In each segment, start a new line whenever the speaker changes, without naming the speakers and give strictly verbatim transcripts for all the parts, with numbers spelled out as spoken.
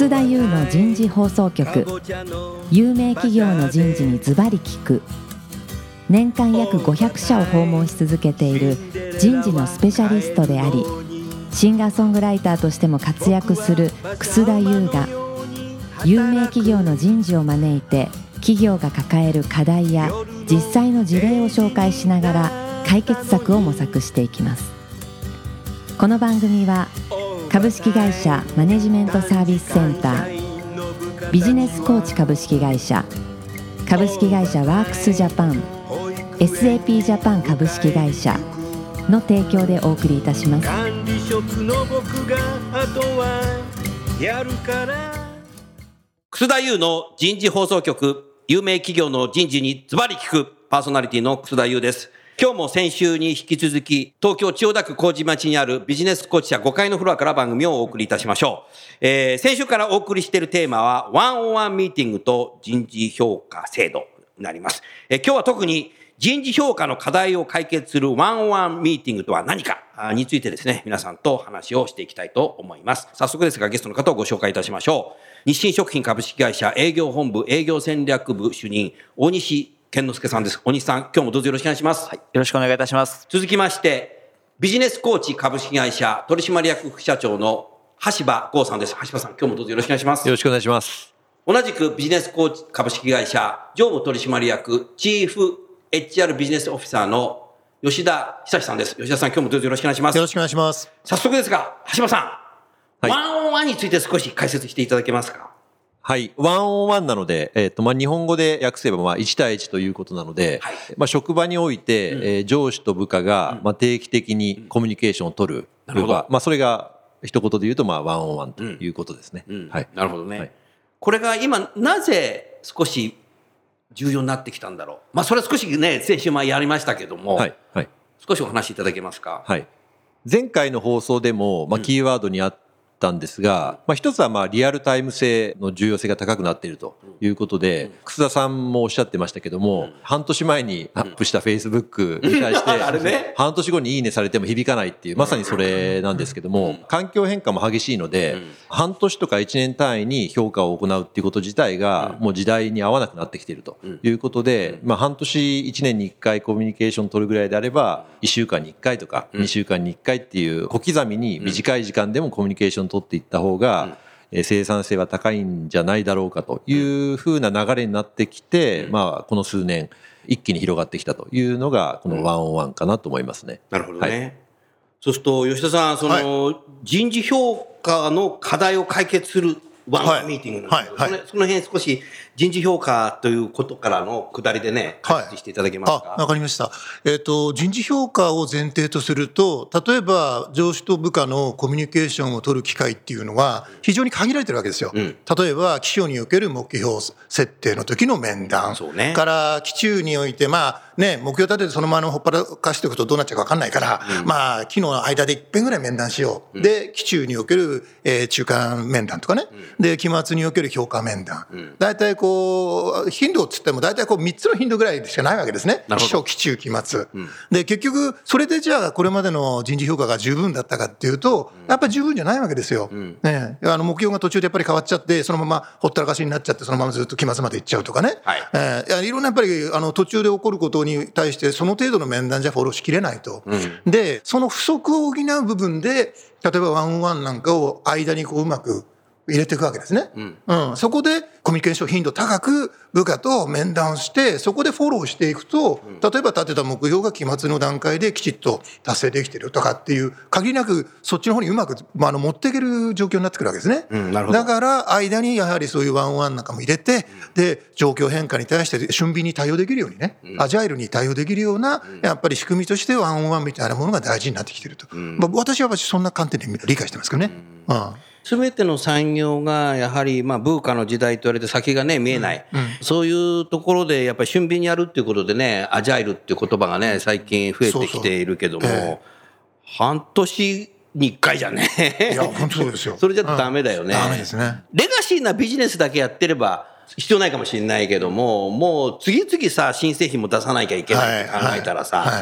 楠田優の人事放送局、有名企業の人事にズバリ聞く。年間約ごひゃくしゃを訪問し続けている人事のスペシャリストであり、シンガーソングライターとしても活躍する楠田優が、有名企業の人事を招いて企業が抱える課題や実際の事例を紹介しながら解決策を模索していきます。この番組は株式会社マネジメントサービスセンター、ビジネスコーチ株式会社、株式会社ワークスジャパン、 エスエーピー ジャパン株式会社の提供でお送りいたします。
管理職の僕があとはやるから。
楠田優の人事放送局、有名企業の人事にズバリ聞く。パーソナリティの楠田優です。今日も先週に引き続き、東京千代田区麹町にあるビジネスコーチ社ごかいのフロアから番組をお送りいたしましょう。えー、先週からお送りしているテーマはワンオンワンミーティングと人事評価制度になります。えー、今日は特に人事評価の課題を解決するワンオンワンミーティングとは何かについてですね、皆さんと話をしていきたいと思います。早速ですがゲストの方をご紹介いたしましょう。日清食品株式会社営業本部営業戦略部主任、大西健之介さんです。大西さん、今日もどうぞよろしくお願いします。
はい、よろしくお願いいたします。
続きまして、ビジネスコーチ株式会社取締役副社長の橋場剛さんです。橋場さん、今日もどうぞよろしくお願いします。
よろしくお願いします。
同じくビジネスコーチ株式会社常務取締役チーフ エイチアール ビジネスオフィサーの吉田久さんです。吉田さん、今日もどうぞよろしくお願いします。
よろしくお願いします。
早速ですが、橋場さん、
はい、
ワンオンワンについて少し解説していただけますか。
はい。ワンオンワンなので、えっと、まあ、日本語で訳せば、まあ、いち対いちということなので、はい、まあ、職場において、うん、えー、上司と部下が、まあ、定期的にコミュニケーションを取る。なるほど。まあ、それが、一言で言うと、まあ、ワンオンワンということですね。
うんうん、
はい。
なるほどね。
はい、
これが今、なぜ少し重要になってきたんだろう。まあ、それは少しね、先週前やりましたけども、はい。はい。少しお話しいただけますか。
はい。前回の放送でも、まあ、キーワードにあって、たんですが、まあ、一つはまあリアルタイム性の重要性が高くなっているということで、楠田さんもおっしゃってましたけども、半年前にアップした Facebook に対して半年後にいいねされても響かないっていう、まさにそれなんですけども、環境変化も激しいので、半年とかいちねん単位に評価を行うっていうこと自体がもう時代に合わなくなってきているということで、まあ、半年いちねんにいっかいコミュニケーション取るぐらいであればいっしゅうかんにいっかいとかにしゅうかんにいっかいっていう小刻みに短い時間でもコミュニケーション取っていった方が、うん、生産性は高いんじゃないだろうかというふうな流れになってきて、うん、まあ、この数年一気に広がってきたというのがこのワンオンワンかなと思いますね。
なるほどね。はい、そうすると吉田さん、その、はい、人事評価の課題を解決するワンオンワンミーティングなんですけど、はいはいはい、その辺少し人事評価ということからの下りでね、解説していただけますか。
はい、あ、わかりました。えっと、人事評価を前提とすると、例えば上司と部下のコミュニケーションを取る機会っていうのは非常に限られてるわけですよ。うん、例えば、期初における目標設定の時の面談、そうね、から期中において、まあね、目標立ててそのままほっぱらかしておくとどうなっちゃうか分かんないから、うん、まあ、期の間で一遍ぐらい面談しよう。うん、で、期中における、えー、中間面談とかね、うん、で、期末における評価面談。大体、うん、こう、頻度っつっても大体こうみっつの頻度ぐらいしかないわけですね。期初、期中、期末、うん。で、結局、それでじゃあこれまでの人事評価が十分だったかっていうと、やっぱり十分じゃないわけですよ。うん、ね、あの目標が途中でやっぱり変わっちゃって、そのままほったらかしになっちゃって、そのままずっと期末まで行っちゃうとかね。はい。えー、いろんなやっぱりあの途中で起こることに対してその程度の面談じゃフォローしきれないと。うん、で、その不足を補う部分で、例えばワンオンワンなんかを間にこううまく入れていくわけですね。うんうん、そこでコミュニケーション頻度高く部下と面談をして、そこでフォローしていくと、例えば立てた目標が期末の段階できちっと達成できているとかっていう、限りなくそっちの方にうまく、まあ、あの持っていける状況になってくるわけですね。うん、なるほど。だから間にやはりそういうワンオンワンなんかも入れて、で、状況変化に対して俊敏に対応できるようにね、うん、アジャイルに対応できるような、やっぱり仕組みとしてワンオンワンみたいなものが大事になってきていると。うん、まあ、私はそんな観点で理解してますけどね。うんうん
すべての産業がやはりまあブーカの時代と言われて先がね見えない、うんうん、そういうところでやっぱり俊敏にやるっていうことでね、アジャイルっていう言葉がね最近増えてきているけども、そうそう、えー、半年にいっかいじゃね
いや本当そうですよ
それじゃダメだよね、
うん、ダメですね。
レガシーなビジネスだけやってれば必要ないかもしれないけども、もう次々さ新製品も出さなきゃいけないって考えたらさ、はいはいはい、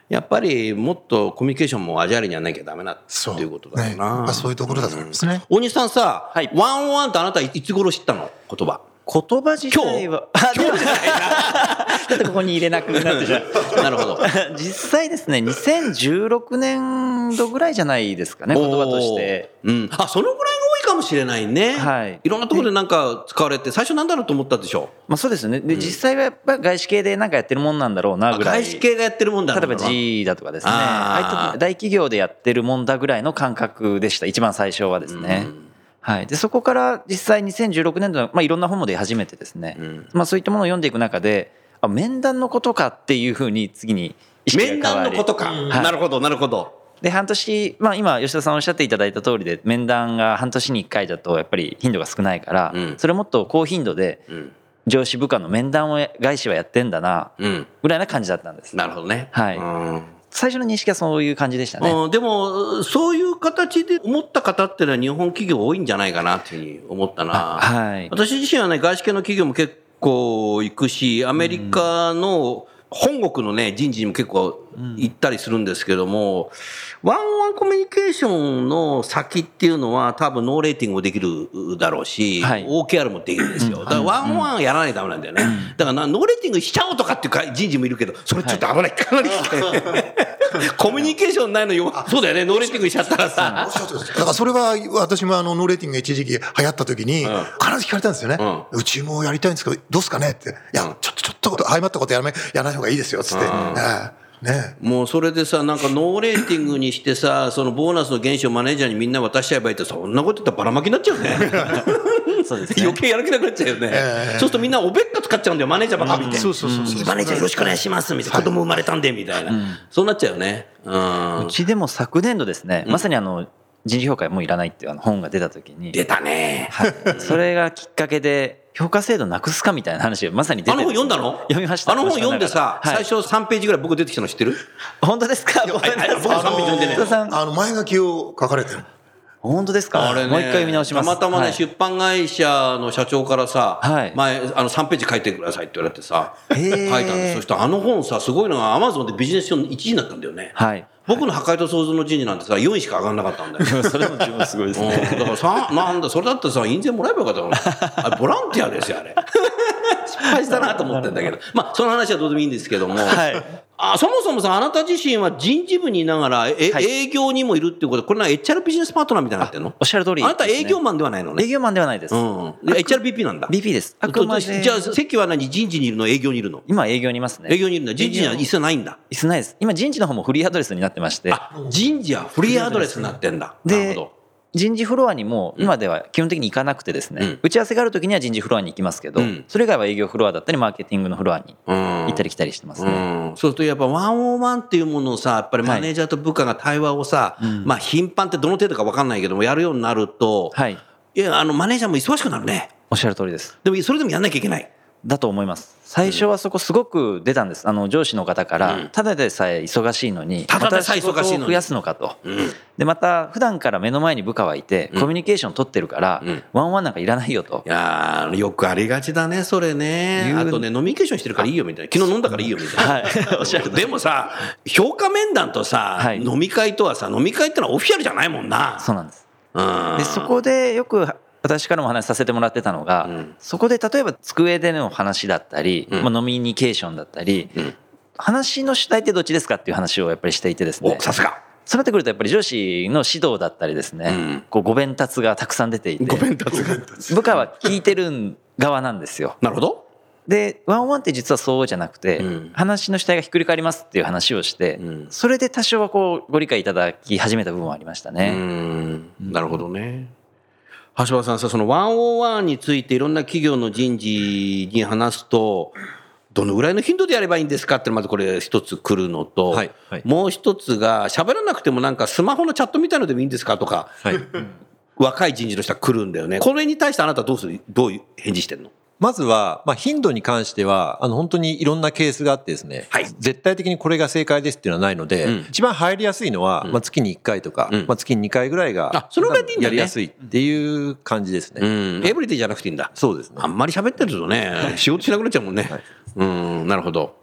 やっぱりもっとコミュニケーションもアジャイルにやらなきゃダメなって
そう
いうことだよな、
ね、やっぱそういうところだと思いますね。
大西さんさ、
はい
ワンオンワンってあなたいつ頃知ったの言葉？
言葉自体は今日じゃないなだってここに入れなくなってじゃう
なるほど
実際ですねにせんじゅうろくねんどぐらいじゃないですかね言葉として。
おー、うん、あそのぐらいが多いかもしれないね、
はい、
いろんなところでなんか使われて最初なんだろうと思ったでしょ。
まあ、そうですねで、うん、実際はやっぱり外資系でなんかやってるもんなんだろうなぐらい。
外資系がやってるもんだろうな、
例えば G だとかですね
あ
ああいった大企業でやってるもんだぐらいの感覚でした一番最初はですね、うんはい、でそこから実際にせんじゅうろくねんどの、まあ、いろんな本も出始めてですね、うんまあ、そういったものを読んでいく中であ面談のことかっていうふうに次に意識が変わり
面談のことか、はい、なるほどなるほど。
で半年、まあ、今吉田さんおっしゃっていただいた通りで面談が半年にいっかいだとやっぱり頻度が少ないから、うん、それをもっと高頻度で上司部下の面談を外資はやってんだなぐらいな感じだったんです、
うん、なるほどね、
はい、うん最初の認識はそういう感じでしたね。
うん、でもそういう形で思った方っていうのは日本企業多いんじゃないかなっていうふうに思ったな、
はい、
私自身はね外資系の企業も結構行くしアメリカの本国のね人事にも結構行ったりするんですけども、うん、ワンオンワンコミュニケーションの先っていうのは多分ノーレーティングもできるだろうし、はい、オーケーアール もできるんですよ。だからワンオンワンやらないとダメなんだよね、うん、だからなノーレーティングしちゃおうとかっていう人事もいるけどそれちょっと危ない、はい、かなりコミュニケーションないのよ。そうだよねノーレーティングしちゃったらさ
だからそれは私もあのノーレーティングが一時期流行った時に、うん、必ず聞かれたんですよね、うん、うちもやりたいんですけどどうすかねって、いや、うん、ちょっとちょっと誤ったことやめやらない方がいいですよっつって、うんね、も
うそれでさなんかノーレーティングにしてさそのボーナスの原資をマネージャーにみんな渡しちゃえばいいってそんなこと言ったらばらまきになっちゃうね
そうですね
余計やる気なくなっちゃうよね、えー、そうするとみんなおべっか使っちゃうんだよマネージャーばっか見て、そうそうそうそう、マネージャーよろしくお願いしますみたいな、はい、子供生まれたんでみたいな、うん、そうなっちゃうよね、うん、
うちでも昨年度ですね、うん、まさにあの人事評価もういらないっていうあの本が出た時に
出たね、
はい、それがきっかけで評価制度なくすかみたいな話がまさに出て、
あの本読んだの？
読みました。
あの本読んでさ、はい、最初さんページぐらい僕出てきたの知ってる？
本当ですか？
僕さんページ読んでね、
あの前書きを書かれてる。
本当ですか？
あれね、
もう一回読み直します。
たまたまね、
はい、
出版会社の社長からさ、
はい、
前あのさんページ書いてくださいって言われてさ、書いたんです。そしたらあの本さすごいのがアマゾンでビジネス書のいちいになったんだよね。
はい。
僕の破壊と創造の人事なんてさよんいしか上がんなかったんだよ
それも自分すごいですね、
うん、だからさなんだそれだったらさ印税もらえばよかったのあれボランティアですよあれ失敗したなと思ってんだけどまあその話はどうでもいいんですけども、はい、あそもそもさあなた自身は人事部にいながらえ、はい、営業にもいるっていうことでこれは エイチアール ビジネスパートナーみたいになってるの？
おっしゃる通り、
ね、あなた営業マンではないのね？
営業マンではないです、うん、
エイチアールビーピー なんだ。
ビーピー です。あくまで
じゃあ席は何人事にいるの営業にいるの？
今営業にいますね。
営業にいるんだ。人事には椅子ないんだ。
椅子ないです。今人事の方もフリーアドレスになってまして、
あ人事はフリーアドレスになってんだ。
で
なるほど。
人事フロアにも今では基本的に行かなくてですね、うん、打ち合わせがある時には人事フロアに行きますけど、うん、それ以外は営業フロアだったりマーケティングのフロアに行ったり来たりしてますね、
うんうん、そうするとやっぱワンオンワンっていうものをさやっぱりマネージャーと部下が対話をさ、はい、まあ頻繁ってどの程度か分かんないけどもやるようになると、はい、いやあのマネージャーも忙しくなるね。
おっしゃる通りです。
でもそれでもやんなきゃいけない
だと思います。最初はそこすごく出たんです。あの上司の方からただでさえ忙しいのに
ただでさえ忙しいのに
また仕事を増やすのかと、うん、でまた普段から目の前に部下はいてコミュニケーション取ってるから、うん、ワンワンなんかいらないよと。
いやよくありがちだねそれね。あとね飲みニケーションしてるからいいよみたいな昨日飲んだからいいよみたいな、はい、おっしゃるでもさ評価面談とさ、はい、飲み会とはさ飲み会ってのはオフィシャルじゃないもんな。
そうなんです。でそこでよく私からもお話しさせてもらってたのが、うん、そこで例えば机での話だったり、うんまあ、飲みニケーションだったり、うん、話の主体ってどっちですかっていう話をやっぱりしていてですね。
おさすが。
そうなってくるとやっぱり上司の指導だったりですね、うん、こうご鞭達がたくさん出ていて
ご鞭達が
部下は聞いてる側なんですよ。
なるほど。
でワンオンワンって実はそうじゃなくて、うん、話の主体がひっくり返りますっていう話をして、うん、それで多少はこうご理解いただき始めた部分はありましたね。
うんなるほどね。橋場さんさそのワンオンワンについていろんな企業の人事に話すとどのぐらいの頻度でやればいいんですかってまずこれ一つ来るのと、はいはい、もう一つが喋らなくてもなんかスマホのチャットみたいのでもいいんですかとか、はい、若い人事の人は来るんだよね。これに対してあなたはどうするどういう返事してんの？
まずは、まあ、頻度に関しては、あの、本当にいろんなケースがあってですね、はい、絶対的にこれが正解ですっていうのはないので、うん、一番入りやすいのは、まあ、月にいっかいとか、うん、まあ、月ににかいぐらいが、
あ、そのぐらいでいいんだね。
やりやすいっていう感じですね。
うん。エブリデイじゃなくていいんだ。
そうですね。
あんまり喋ってるとね、仕事しなくなっちゃうもんね。はい、うん、なるほど。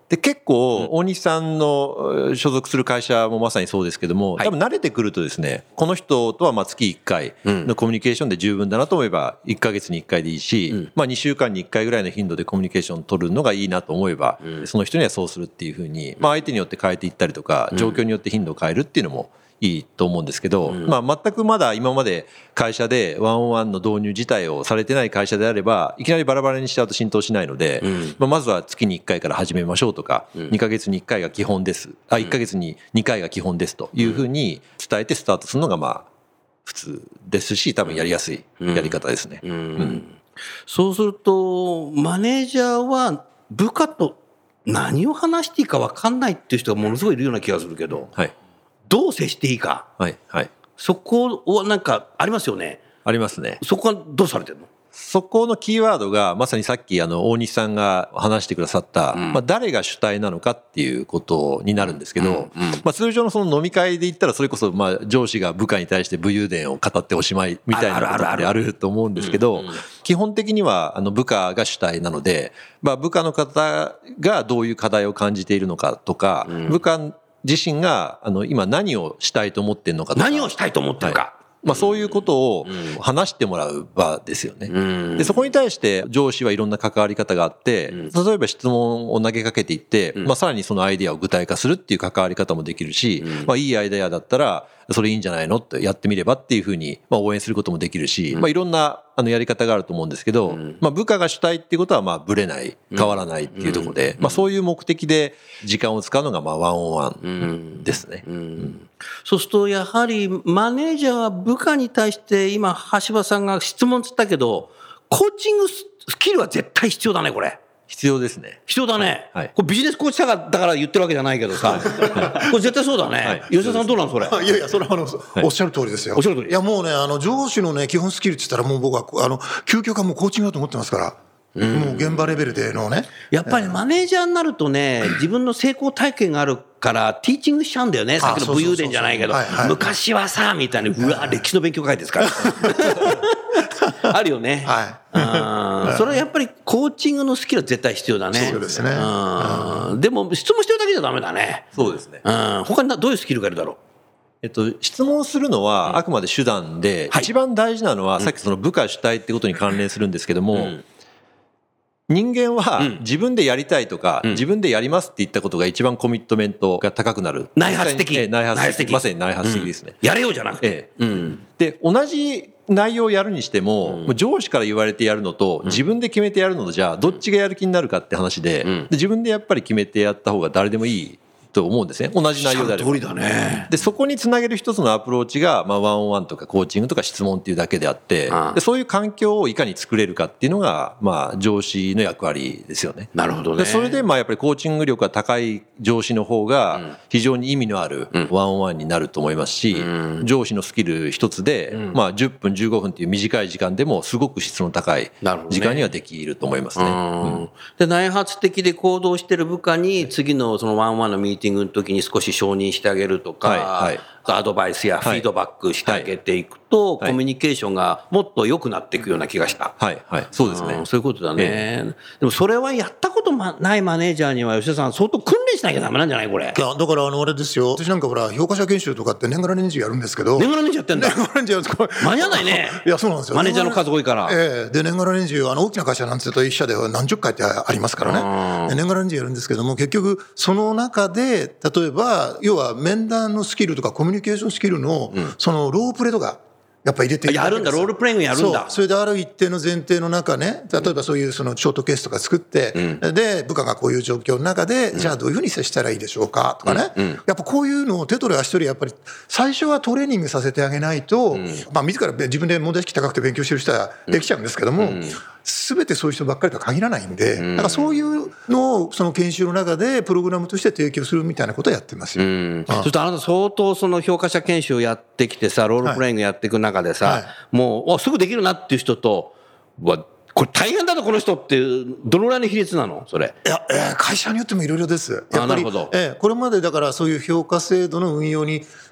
で結構大西さんの所属する会社もまさにそうですけども、
はい
多分慣れてくるとですね、この人とはまあ月いっかいのコミュニケーションで十分だなと思えばいっかげつにいっかいでいいし、
うん
まあにしゅうかんにいっかいぐらいの頻度でコミュニケーションを取るのがいいなと思えば、
うん
その人にはそうするっていうふうに、まあ相手によって変えていったりとか、状況によって頻度を変えるっていうのもいいと思うんですけど、まあ全くまだ今まで会社でワンオンワンの導入自体をされてない会社であれば、いきなりバラバラにしちゃうと浸透しないので、まあまずは月にいっかいから始めましょうとか、にかげつにいっかいが基本です。あ、いっかげつににかいが基本ですというふうに伝えてスタートするのがまあ普通ですし、多分やりやすいやり方ですね。
うんうんそうするとマネージャーは部下と何を話していいか分かんないっていう人がものすごいいるような気がするけど、
はい。
どう接していいか、
はい。はい。
そこはなんかありますよね。
ありますね。
そこはどうされてるの？
そこのキーワードがまさにさっきあの大西さんが話してくださった、
うん
まあ、誰が主体なのかっていうことになるんですけど、
うんうん
まあ、通常のその飲み会で言ったらそれこそまあ上司が部下に対して武勇伝を語っておしまいみたいなことってあると思うんですけど、基本的にはあの部下が主体なので、まあ、部下の方がどういう課題を感じているのかとか、部下自身があの今何をしたいと思っているのかとか、
何をしたいと思ってるか、
はいまあ、そういうことを話してもらう場ですよね。
うん
でそこに対して上司はいろんな関わり方があって、例えば質問を投げかけていって、まあ、さらにそのアイデアを具体化するっていう関わり方もできるし、まあ、いいアイデアだったらそれいいんじゃないのってやってみればっていうふうにまあ応援することもできるし、まあ、いろんなあのやり方があると思うんですけど、まあ、部下が主体っていうことはまあブレない変わらないっていうところで、まあ、そういう目的で時間を使うのがまあワンオンワンですね。
そうするとやはりマネージャーは部下に対して今橋場さんが質問つったけどコーチングスキルは絶対必要だねこれ。
必要ですね。
必要だね、
はいはい
これビジネスコーチだから言ってるわけじゃないけどさこれ絶対そうだね、
はい
吉田さんどうなのそれ。
いやいや、それはあの、おっしゃる通りですよ。
おっしゃる通り
いや、もうね、あの、上司のね、基本スキルって言ったら、もう僕は、あの、究極はもうコーチングだと思ってますから。もう現場レベルでのね。
やっぱりマネージャーになるとね、自分の成功体験があるからティーチングしちゃうんだよね。さっきの武勇伝じゃないけど
そうそうそうそうはいはい、
昔はさみたいな、うわ歴史の勉強会ですからあるよね。
は
うんそれはやっぱりコーチングのスキルは絶対必要だね。
そうですね
うんでも質問してるだけじゃダメだね。
そうですね。
うん他にどういうスキルがいるだろう。
えっと、質問するのはあくまで手段で、
はい
一番大事なのは、さっきその部下主体ってことに関連するんですけども、
ん
人間は
うん
自分でやりたいとか、
ん
自分でやりますって言ったことが一番コミットメントが高くなる。
内発的
ええ内発的。
内発的
まさに内発的ですね。
やれよじゃなくて。
ええ
うん
で、同じ内容をやるにしても、もう上司から言われてやるのと、自分で決めてやるのとじゃあ、どっちがやる気になるかって話で、
ん
で自分でやっぱり決めてやった方が誰でもいいと思うんですね。同じ内容であれば。
おっしゃる通りだね。
でそこにつなげる一つのアプローチが、まあ、ワンオンワンとかコーチングとか質問っていうだけであって
ああ
でそういう環境をいかに作れるかっていうのが、まあ、上司の役割ですよね。
なるほどね。
でそれでまあやっぱりコーチング力が高い上司の方が非常に意味のあるワンオンワンになると思いますし、上司のスキル一つで、まあ、じゅっぷんじゅうごふんっていう短い時間でもすごく質の高い
なるほどね
時間にはできると思いますね。
うんで内発的で行動してる部下に次のそのワンワンのミーティングの時に少し承認してあげるとか、
はいはい
アドバイスやフィードバックしてあげていくと、
はい
コミュニケーションがもっと良くなっていくような気がした。
はいはいそうですね
うんそういうことだね、でもそれはやったことまないマネージャーには吉田さん相当訓練しなきゃダメなんじゃないこれ。
いや、だからあの、あれですよ。私なんかほら、評価者研修とかって年がら年中やるんですけど。
年がら年中やってんだ。
年がら年中やるんですこれ
間に合わないね。
いや、そうなんですよ。
マネージャーの数多いから。
ええで、年がら年中、あの、大きな会社なんて言うと一社では何十回ってありますからね。で年がら年中やるんですけども、結局、その中で、例えば、要は面談のスキルとかコミュニケーションスキルの、そのロープレとか、やっぱ入れていく
やるんだ、ロールプレイングやるんだ。
そうそれである一定の前提の中ね、例えばそういうそのショートケースとか作って、で部下がこういう状況の中で、じゃあどういうふうに接したらいいでしょうかとかね、やっぱこういうのを手取り足取りやっぱり最初はトレーニングさせてあげないと、まあ自ら自分で問題意識高くて勉強してる人はできちゃうんですけども、全てそういう人ばっかりとは限らないんで、だからそういうのをその研修の中でプログラムとして提供するみたいなことをやってますよ。
うんそうするとあなた相当その評価者研修をやってきてさ、ロールプレイングやっていく中でさ、
はい
もうおすぐできるなっていう人と、わこれ大変だぞこの人っていうどのぐらいの比率なのそれ。
いや、えー会社によってもいろいろです。やっぱり
あなるほど、
えーこれまでだからそういう評価制度の運用に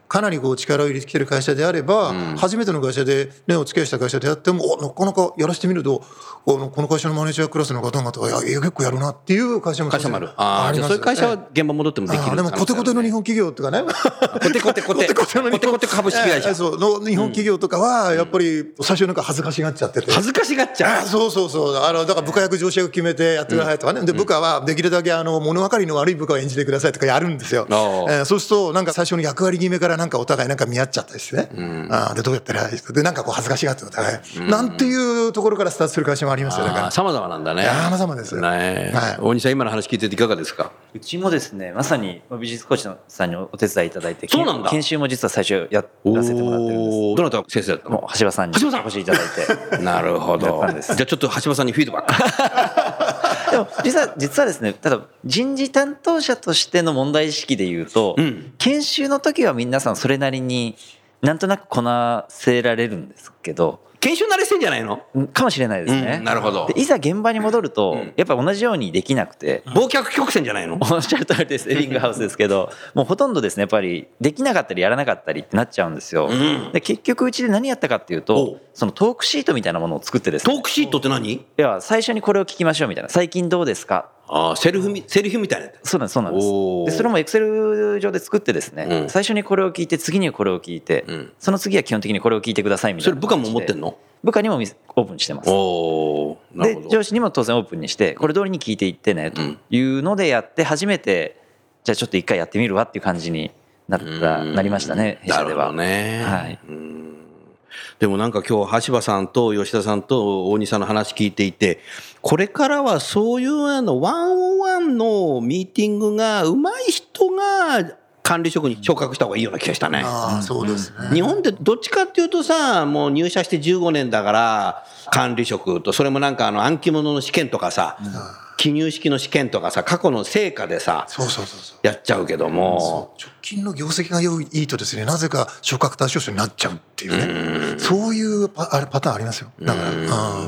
かなりこう力を入れてきてる会社であれば、うん、初めての会社で、ね、お付き合いした会社であっても、おなかなかやらせてみると、このこの会社のマネージャークラスの方々が、いや、結構やるなっていう会社も
会社もある。ああ、じゃあそういう会社は現場戻ってもできる、ね、
でもコテコテの日本企業とかね、
コテコテコテコテコテコテ株式会社、
そうの日本企業とかはやっぱり最初なんか恥ずかしがっちゃってて、
恥ずかしがっちゃう。
そうそうそう、あのだから部下役上司役決めてやってくださいとかね、うん、で部下はできるだけあの物分かりの悪い部下を演じてくださいとかやるんですよ。えー、そうするとなんか最初の役割決めからなんかお互いなんか見合っちゃったりしてね、うん、あでどうやったらいいですかでなんかこう恥ずかしがってお互い、うん、なんていうところからスタートする会社もありますよ。だから
様々なんだね。
様々ですね。
はい、大西さん今の話聞いてていかがですか。
うちもですね、まさにビジネスコーチさんにお手伝いいただいて、
そうなんだ、
研修も実は最初やらせてもらってるんです。
どなた先生だったの。
もう橋場さんにお越しいただいて
なるほど。じゃあちょっと橋場さんにフィードバック
でも実は実はですね、ただ人事担当者としての問題意識でいうと、うん、研修の時は皆さんそれなりになんとなくこなせられるんですけど、
研修慣れしてんじゃないの
かもしれないですね、
うん、なるほど。
でいざ現場に戻ると、うん、やっぱ同じようにできなくて、
忘却曲線じゃないの。
おっしゃる通りです。エビングハウスですけどもうほとんどですね、やっぱりできなかったりやらなかったりってなっちゃうんですよ、うん、で結局うちで何やったかっていうと、そのトークシートみたいなものを作ってですね。
トークシートって何？
いや最初にこれを聞きましょうみたいな、最近どうですか、
あセルフみセリフみたいな。
そうなんですそうなんです。でそれもエクセル上で作ってですね、うん、最初にこれを聞いて次にこれを聞いて、うん、その次は基本的にこれを聞いてくださいみたいな。
それ部下も持ってんの？
部下にもオープンしてます。
おなるほど。
で上司にも当然オープンにして、これ通りに聞いていってねというのでやって初めて、じゃあちょっと一回やってみるわっていう感じになったなりましたね、弊社では。
なるほどね、
はい、
うんでもなんか今日橋場さんと吉田さんと大西さんの話聞いていて、これからはそういうあのワンオンワンのミーティングが上手い人が管理職に昇格した方がいいような気がしたね。
ああそうですね。
日本ってどっちかっていうとさ、もう入社してじゅうごねんだから管理職と、それもなんかあの暗記物の試験とかさ、うん、記入式の試験とかさ、過去の成果でさ
そうそうそうそう
やっちゃうけども、
直近の業績が良いいいとですね、なぜか昇格対象者になっちゃうっていうね、うそういうパ、あれパターンありますよ。だから、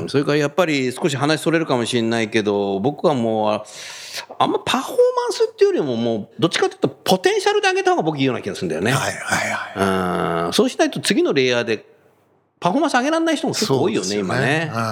うん、それからやっぱり少し話それるかもしれないけど、僕はもうあんまパフォーマンスっていうよりももうどっちかというとポテンシャルで上げた方が僕いいような気がするんだよね。
はいはいはい。
うん、そうしないと次のレイヤーでパフォーマンス上げられない人も結構多いよね、今ね。うん。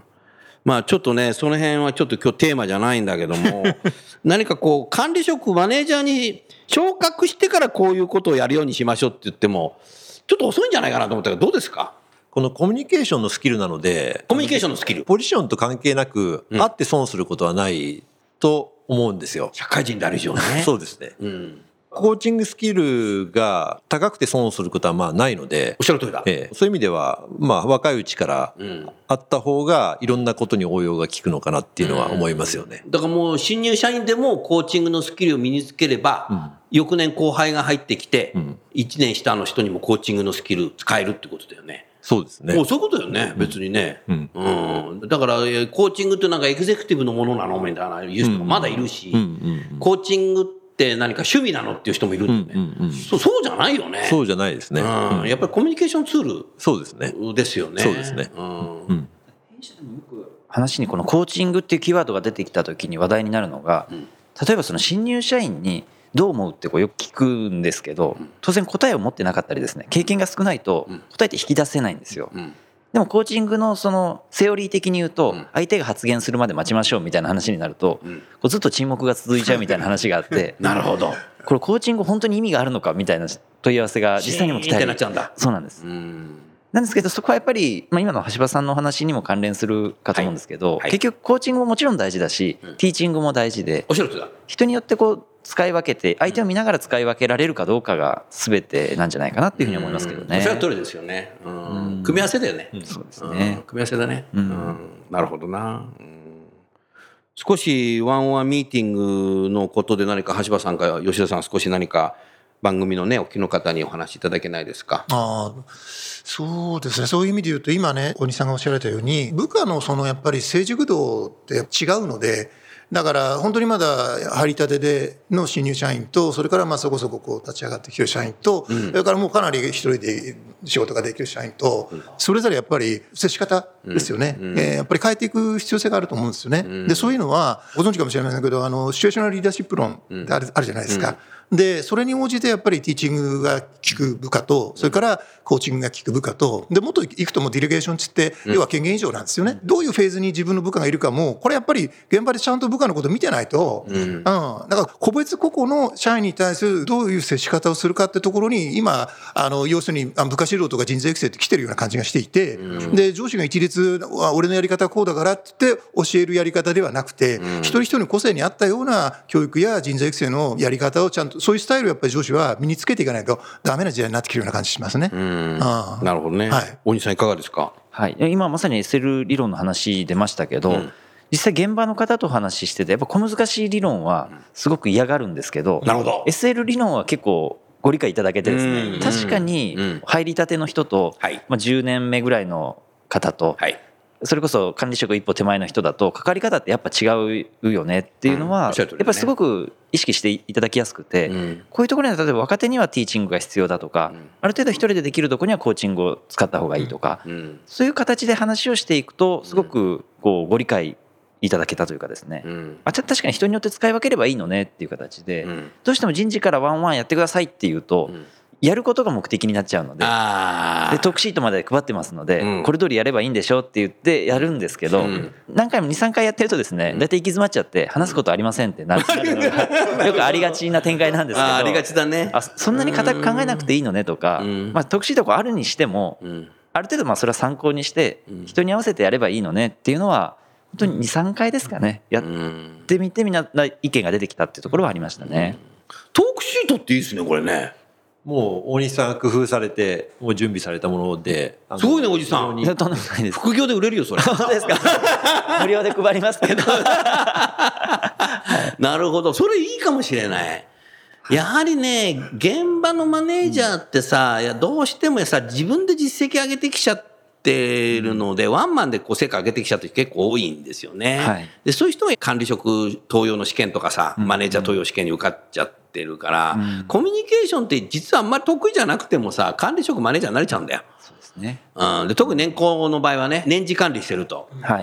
まあちょっとね、その辺はちょっと今日テーマじゃないんだけども何かこう管理職マネージャーに昇格してからこういうことをやるようにしましょうって言ってもちょっと遅いんじゃないかなと思ったけど、どうですか。
このコミュニケーションのスキルなので、
コミュニケーションのスキル
ポジションと関係なく、うん、あって損することはないと思うんですよ、
社会人である以上ね。
そうですね、
うん、
コーチングスキルが高くて損することはまあないので、
おっしゃる通りだ、
ええ、そういう意味ではまあ若いうちからあった方がいろんなことに応用が効くのかなっていうのは思いますよね、
うん、だからもう新入社員でもコーチングのスキルを身につければ、うん、翌年後輩が入ってきて、うん、いちねん下の人にもコーチングのスキル使えるってことだよね。
そうですね。
もうそういうことだよね、別にね、うんうん、だからコーチングってなんかエグゼクティブのものなのみたいな言う人もまだいるし、うんうんうん、コーチングって何か趣味なのっていう人もいるんだよね、うんうんうん、そう、そうじゃないよね。
そうじゃないですね、
うん、やっぱりコミュニケーションツール
そうですね
ですよね。
そうですね、
うん
うん、話にこのコーチングっていうキーワードが出てきた時に話題になるのが、うん、例えばその新入社員にどう思うってこうよく聞くんですけど、当然答えを持ってなかったりですね、経験が少ないと答えって引き出せないんですよ、うん、でもコーチングのそのセオリー的に言うと、相手が発言するまで待ちましょうみたいな話になると、こうずっと沈黙が続いちゃうみたいな話があって
なるほど、
これコーチング本当に意味があるのかみたいな問い合わせが実際にも来たり、そうなんです。うんなんですけど、そこはやっぱり、まあ、今の橋場さんのお話にも関連するかと思うんですけど、はいはい、結局コーチングももちろん大事だし、うん、ティーチングも大事で、
おっしゃるとおりだ。
人によってこう使い分けて相手を見ながら使い分けられるかどうかが全てなんじゃないかなっていうふうに思いますけどね。
おっしゃる通りですよね、うん、組み合わせだよね、
うん、そうですね、
うん、組み合わせだね、うんうん、なるほどな、うん、少しワンオンワンミーティングのことで何か橋場さんか吉田さん少し何か番組のねお聞きの方にお話しいただけないですか。
ああ、そうですね。そういう意味で言うと今ね大西さんがおっしゃられたように部下のそのやっぱり成熟度って違うので、だから本当にまだ入りたてでの新入社員と、それからまあそこそここう立ち上がってきてる社員と、うん、それからもうかなり一人で仕事ができる社員と、うん、それぞれやっぱり接し方ですよね、うんうんえー、やっぱり変えていく必要性があると思うんですよね、うん、でそういうのはご存知かもしれませんけど、あのシチュエーショナルリーダーシップ論ってある、うん、あるじゃないですか、 でそれに応じてやっぱりティーチングが効く部下と、それからコーチングが効く部下と、でもっといくともディレゲーションつって、要は権限以上なんですよね。どういうフェーズに自分の部下がいるかも、これやっぱり現場でちゃんと部下のことを見てないと、うん、だから個別個々の社員に対するどういう接し方をするかってところに今あの要するに部下指導とか人材育成って来てるような感じがしていて、うん、で上司が一律俺のやり方はこうだからって言って教えるやり方ではなくて、うん、一人一人の個性に合ったような教育や人材育成のやり方をちゃんと、そういうスタイルをやっぱり上司は身につけていかないとダメな時代になってきてるような感じしますね。うん、
あなるほどね、はい、大西さんいかがですか。
はい、今まさに エスエル 理論の話出ましたけど、うん、実際現場の方と話しててやっぱ小難しい理論はすごく嫌がるんですけど、
なるほど
エスエル 理論は結構ご理解いただけてですね、確かに入りたての人と、まあ、じゅうねんめぐらいの方と、それこそ管理職一歩手前の人だと関わり方ってやっぱ違うよねっていうのはやっぱりすごく意識していただきやすくて、こういうところには例えば若手にはティーチングが必要だとか、ある程度一人でできるところにはコーチングを使った方がいいとか、そういう形で話をしていくとすごくこうご理解いただけたというかですね、あ確かに人によって使い分ければいいのねっていう形で、どうしても人事からワンワンやってくださいっていうとやることが目的になっちゃうので、でトークシートまで配ってますので、うん、これ通りやればいいんでしょって言ってやるんですけど、うん、何回も にさんかいやってるとですね、大体行き詰まっちゃって話すことありませんってなるのがよくありがちな展開なんですけど、
あ, ありがちだね。
あそんなに固く考えなくていいのねとか、まあ、トークシートあるにしても、うん、ある程度まあそれは参考にして人に合わせてやればいいのねっていうのは本当に にさんかいですかね、やってみてみんな意見が出てきたっていうところはありましたね。
トークシートっていいですねこれね。
もう大西さんが工夫されてもう準備されたもので、
すごいねおじさん。副業で売れるよそれ。
本当ですか。無料で配りますけど。
なるほど、それいいかもしれない。やはりね現場のマネージャーってさ、いやどうしてもさ自分で実績上げてきちゃってるので、ワンマンでこう成果上げてきちゃう人結構多いんですよね、はい、でそういう人が管理職登用の試験とかさ、マネージャー登用試験に受かっちゃってるから、うん、コミュニケーションって実はあんまり得意じゃなくてもさ管理職マネージャーになれちゃうんだよ。
そうですね、
うん、で特に年功の場合はね年次管理してると、はい、うん、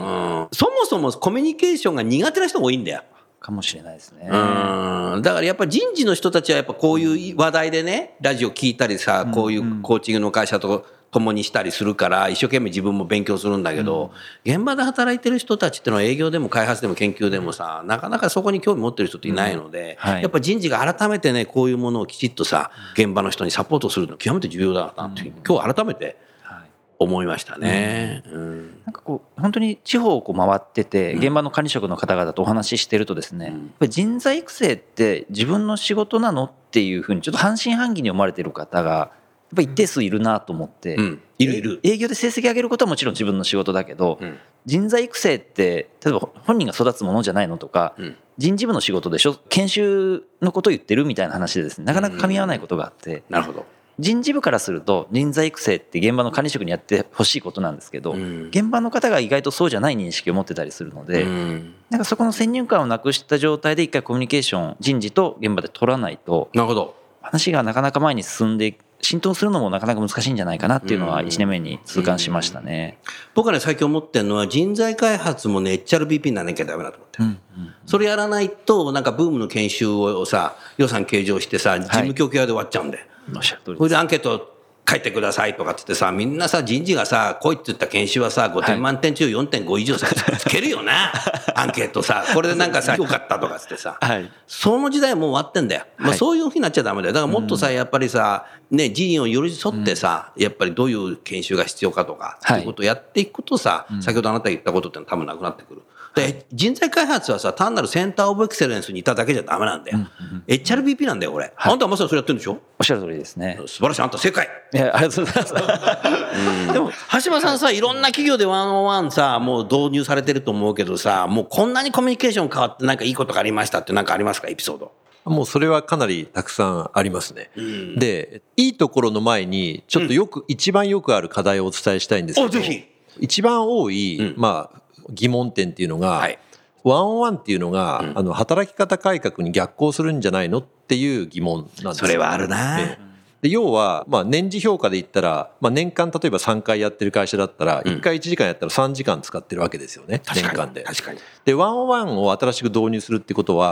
そもそもコミュニケーションが苦手な人が多いんだよ。
かもしれないですね。
うん、だからやっぱり人事の人たちはやっぱこういう話題でねラジオ聞いたりさ、こういうコーチングの会社と共にしたりするから一生懸命自分も勉強するんだけど、うん、現場で働いてる人たちってのは営業でも開発でも研究でもさなかなかそこに興味持ってる人っていないので、うんはい、やっぱ人事が改めてねこういうものをきちっとさ現場の人にサポートするの極めて重要だなって、うん、今日改めて思いましたね、うんうん、
なんかこう本当に地方をこう回ってて現場の管理職の方々とお話ししてるとですね、うん、やっぱり人材育成って自分の仕事なのっていうふうにちょっと半信半疑に思われてる方がやっぱ一定数いるなと思って、うん、いるいる。営業で成績上げることはもちろん自分の仕事だけど、うん、人材育成って例えば本人が育つものじゃないのとか、うん、人事部の仕事でしょ研修のことを言ってるみたいな話でですねなかなか噛み合わないことがあって、
なるほど。
人事部からすると人材育成って現場の管理職にやってほしいことなんですけど、うん、現場の方が意外とそうじゃない認識を持ってたりするので、うん、なんかそこの先入観をなくした状態で一回コミュニケーション人事と現場で取らないと、
なるほど、
話がなかなか前に進んで浸透するのもなかなか難しいんじゃないかなっていうのはいちねんめに痛感しましたね。
僕はね最近思ってるのは人材開発もね エイチアールビーピー にならなきゃダメだと思ってる、うんうん、それやらないとなんかブームの研修をさ予算計上してさ事務局屋で終わっちゃうんで、はい、それでアンケート書いてくださいとかってってさみんなさ人事がさ来いって言った研修はさごてん満点中 よんてんご 以上さつけるよなアンケートさこれでなんかさよかったとかつってさ、はい、その時代はもう終わってんだよ、まあ、そういうふうになっちゃダメだよ。だからもっとさやっぱりさね人員を寄り添ってさ、うん、やっぱりどういう研修が必要かとか、はい、そういうことをやっていくとさ、うん、先ほどあなたが言ったことってのは多分なくなってくる。で人材開発はさ単なるセンターオブエクセレンスにいただけじゃダメなんだよ、うんうん、エイチアールビーピー なんだよこれ、はい、あんたはまさにそれやってるんでしょ。
おっしゃる通りですね。
素晴らしい、あんた正解。
いやありがとうございます
うん、でも橋場さんさいろんな企業でワンオンワンさもう導入されてると思うけどさもうこんなにコミュニケーション変わってなんかいいことがありましたって何かありますかエピソード。
もうそれはかなりたくさんありますね、うん、でいいところの前にちょっとよく、うん、一番よくある課題をお伝えしたいんですけど、
ぜひ
一番多い、うん、まあ疑問点っていうのが、はい、ワンオンワンっていうのが、うん、あの働き方改革に逆行するんじゃないのっていう疑問なんですよ。
それはあるな、ね、
で要は、まあ、年次評価で言ったら、まあ、年間例えばさんかいやってる会社だったら、うん、いっかいいちじかんやったらさんじかん使ってるわけですよね、年間で。
確かに。
でワンオンワンを新しく導入するってことは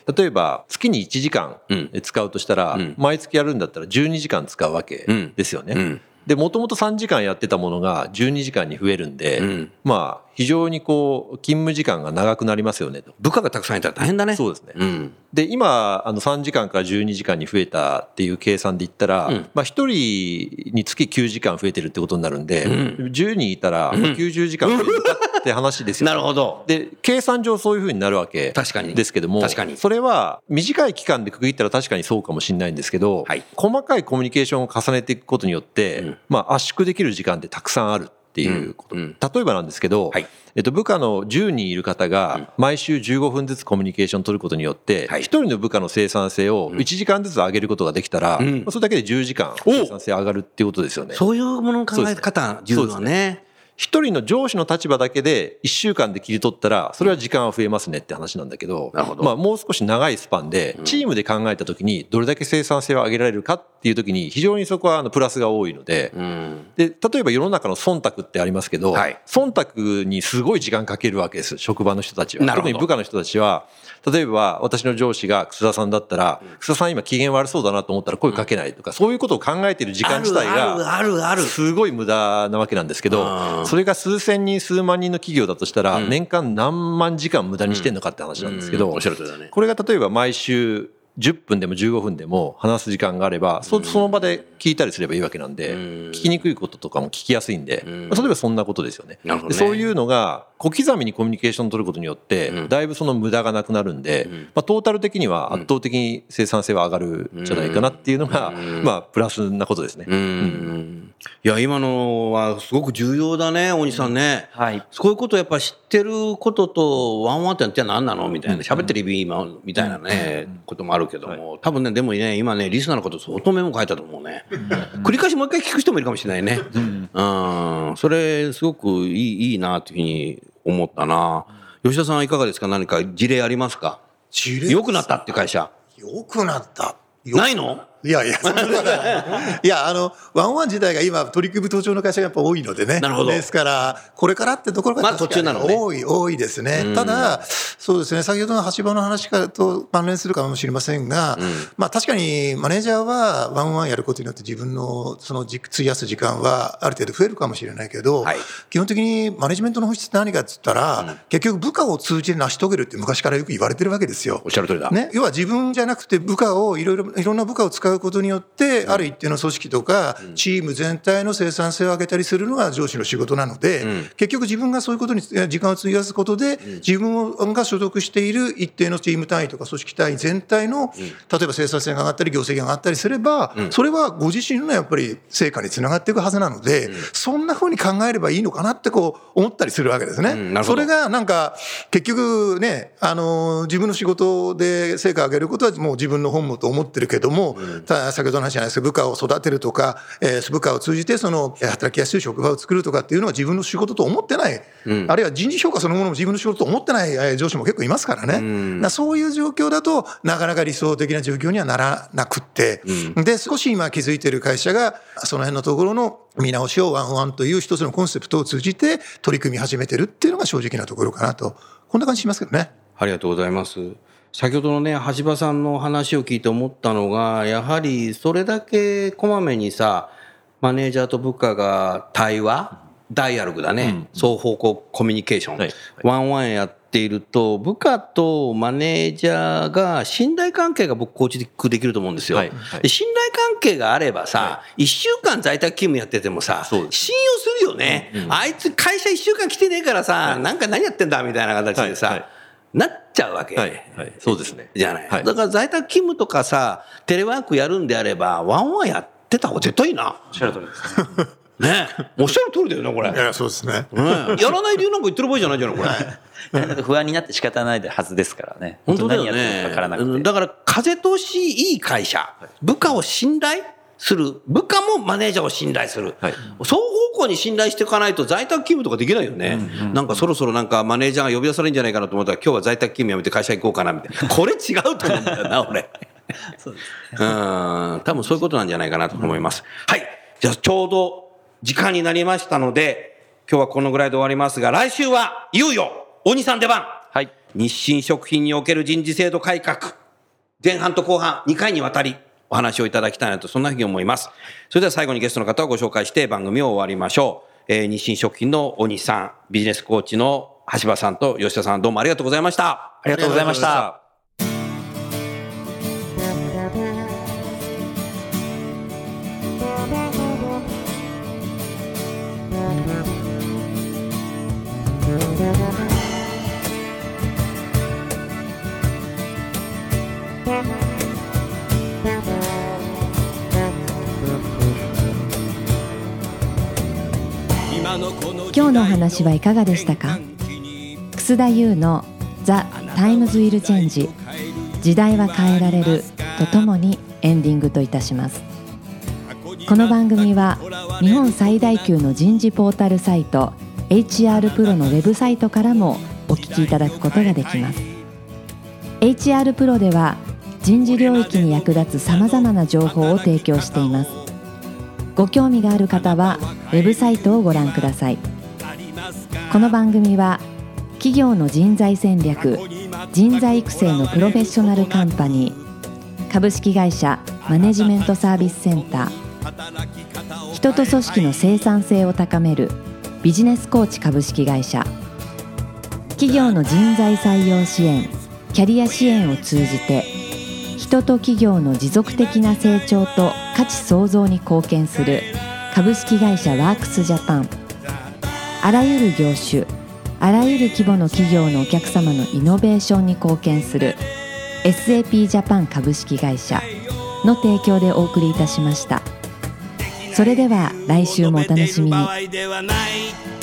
例えば月にいちじかん使うとしたら、毎月やるんだったらじゅうにじかん使うわけですよね。でもともとさんじかんやってたものがじゅうにじかんに増えるんで、うん、まあ非常にこう勤務時間が長くなりますよねと。
部下がたくさんいたら大変だね。
そうですね、
うん、
で今あのさんじかんからじゅうにじかんに増えたっていう計算で言ったら、うん、まあ、ひとりにつききゅうじかん増えてるってことになるんで、うん、じゅうにんいたらきゅうじゅうじかん増えるかって話ですよ、ね、
なるほど。
で計算上そういうふうになるわけですけども、
確かに
それは短い期間で区切ったら確かにそうかもしれないんですけど、はい、細かいコミュニケーションを重ねていくことによって、うん、まあ、圧縮できる時間ってたくさんあるっていうこと、うんうん、例えばなんですけど、はい、えっと、部下のじゅうにんいる方が毎週じゅうごふんずつコミュニケーションを取ることによってひとりの部下の生産性をいちじかんずつ上げることができたら、うん、それだけでじゅうじかん生産性上がるっていうことですよね。
そういうものの考え方重要ね。
一人の上司の立場だけでいっしゅうかんで切り取ったらそれは時間は増えますねって話なんだけど、まあ、もう少し長いスパンでチームで考えた時にどれだけ生産性を上げられるかっていう時に非常にそこはあのプラスが多いので、で例えば世の中の忖度ってありますけど、忖度にすごい時間かけるわけです。職場の人たちは。特に部下の人たちは例えば私の上司が楠田さんだったら、楠田さん今機嫌悪そうだなと思ったら声かけないとか、そういうことを考えている時間自体がすごい無駄なわけなんですけど、それが数千人数万人の企業だとしたら年間何万時間無駄にしてんのかって話なんですけど、これが例えば毎週じゅっぷんでもじゅうごふんでも話す時間があれば そ, その場で聞いたりすればいいわけなんで、聞きにくいこととかも聞きやすいんで、例えばそんなことですよね。でそういうのが小刻みにコミュニケーションを取ることによってだいぶその無駄がなくなるんで、まあ、トータル的には圧倒的に生産性は上がるんじゃないかなっていうのが、まあプラスなことですね。うん、
いや今のはすごく重要だね大西さんね、うん、はい、そういうことをやっぱ知ってることとワンワンって何なのみたいな喋ってる意味みたいなね、うん、こともあるけども、多分ねでもね今ねリスナーのこと相当メモ書いたと思うね。繰り返しもう一回聞く人もいるかもしれないね。うん、うん、それすごくいいいいなというふうに思ったな。吉田さんはいかがですか。何か事例ありますか。
事例
良くなったって会社。
良くなった
ないの。
いやいや、いや、あの、ワンワン自体が今、取り組む途中の会社がやっぱ多いのでね。
なるほど。
ですから、これからってところが
まあ途中なのね。
多い、多いですね。ただ、そうですね、先ほどの橋場の話からと関連するかもしれませんが、うん、まあ確かにマネージャーはワンワンやることによって自分のその費やす時間はある程度増えるかもしれないけど、はい、基本的にマネジメントの本質って何かっつったら、うん、結局部下を通じて成し遂げるって昔からよく言われてるわけですよ。
おっしゃる通りだ。
ね、要は自分じゃなくて部下をいろいろ、いろんな部下を使うことによって、ある一定の組織とかチーム全体の生産性を上げたりするのが上司の仕事なので、結局自分がそういうことに時間を費やすことで自分が所属している一定のチーム単位とか組織単位全体の例えば生産性が上がったり業績が上がったりすれば、それはご自身のやっぱり成果につながっていくはずなので、そんなふうに考えればいいのかなってこう思ったりするわけですね。それがなんか結局ね、あの自分の仕事で成果を上げることはもう自分の本望と思ってるけども、先ほどの話じゃないですか、部下を育てるとか、えー、部下を通じてその働きやすい職場を作るとかっていうのは自分の仕事と思ってない、うん、あるいは人事評価そのものも自分の仕事と思ってない上司も結構いますからね、うん、だそういう状況だとなかなか理想的な状況にはならなくって、うん、で少し今気づいている会社がその辺のところの見直しをワンワンという一つのコンセプトを通じて取り組み始めてるっていうのが正直なところかなと、こんな感じしますけどね。
ありがとうございます。先ほどのね橋場さんの話を聞いて思ったのが、やはりそれだけこまめにさマネージャーと部下が対話ダイアログだね、うん、双方向コミュニケーション、はいはい、ワンワンやっていると部下とマネージャーが信頼関係が僕構築できると思うんですよ、はいはい、で信頼関係があればさ、はい、いっしゅうかん在宅勤務やっててもさ信用するよね、うんうん、あいつ会社いっしゅうかん来てねえからさ、はい、なんか何やってんだみたいな形でさ、はいはい、なっちゃうわけ、
はいはい、そうですね
じゃない、はい、だから在宅勤務とかさテレワークやるんであればワンワンやってた方が絶対いいな。
おっしゃる通りですね
ね、おっしゃる通りだよねこれ。
いやそうですね、
ねやらない理由なんか言ってる場合じゃないじゃないこれ
不安になって仕方ないはずですからね。
本当だよね。
分からなくて、
だから風通しいい会社、部下を信頼する、部下もマネージャーを信頼する、はい、双方向に信頼していかないと在宅勤務とかできないよね、うんうん、なんかそろそろなんかマネージャーが呼び出されるんじゃないかなと思ったら今日は在宅勤務やめて会社行こうかなみたいなこれ違うと思うんだよな俺そうです、ね、うん多分そういうことなんじゃないかなと思います、うん、はいじゃあちょうど時間になりましたので今日はこのぐらいで終わりますが、来週はいよいよ大西さん出番、はい、 日清食品における人事制度改革、前半と後半にかいにわたりお話をいただきたいなと、そんなふうに思います。それでは最後にゲストの方をご紹介して番組を終わりましょう。えー、日清食品の大西さん、ビジネスコーチの橋場さんと吉田さん、どうもありがとうございました。
ありがとうございました。
今日のお話はいかがでしたか。楠田優の The Times Will Change 時代は変えられるとともにエンディングといたします。この番組は日本最大級の人事ポータルサイト エイチアール プロのウェブサイトからもお聞きいただくことができます。 エイチアール プロでは人事領域に役立つさまざまな情報を提供しています。ご興味がある方はウェブサイトをご覧ください。この番組は企業の人材戦略、人材育成のプロフェッショナルカンパニー、株式会社マネジメントサービスセンター、人と組織の生産性を高めるビジネスコーチ株式会社、企業の人材採用支援、キャリア支援を通じて人と企業の持続的な成長と価値創造に貢献する株式会社ワークスジャパン、あらゆる業種、あらゆる規模の企業のお客様のイノベーションに貢献する エスエーピー ジャパン株式会社の提供でお送りいたしました。それでは来週もお楽しみに。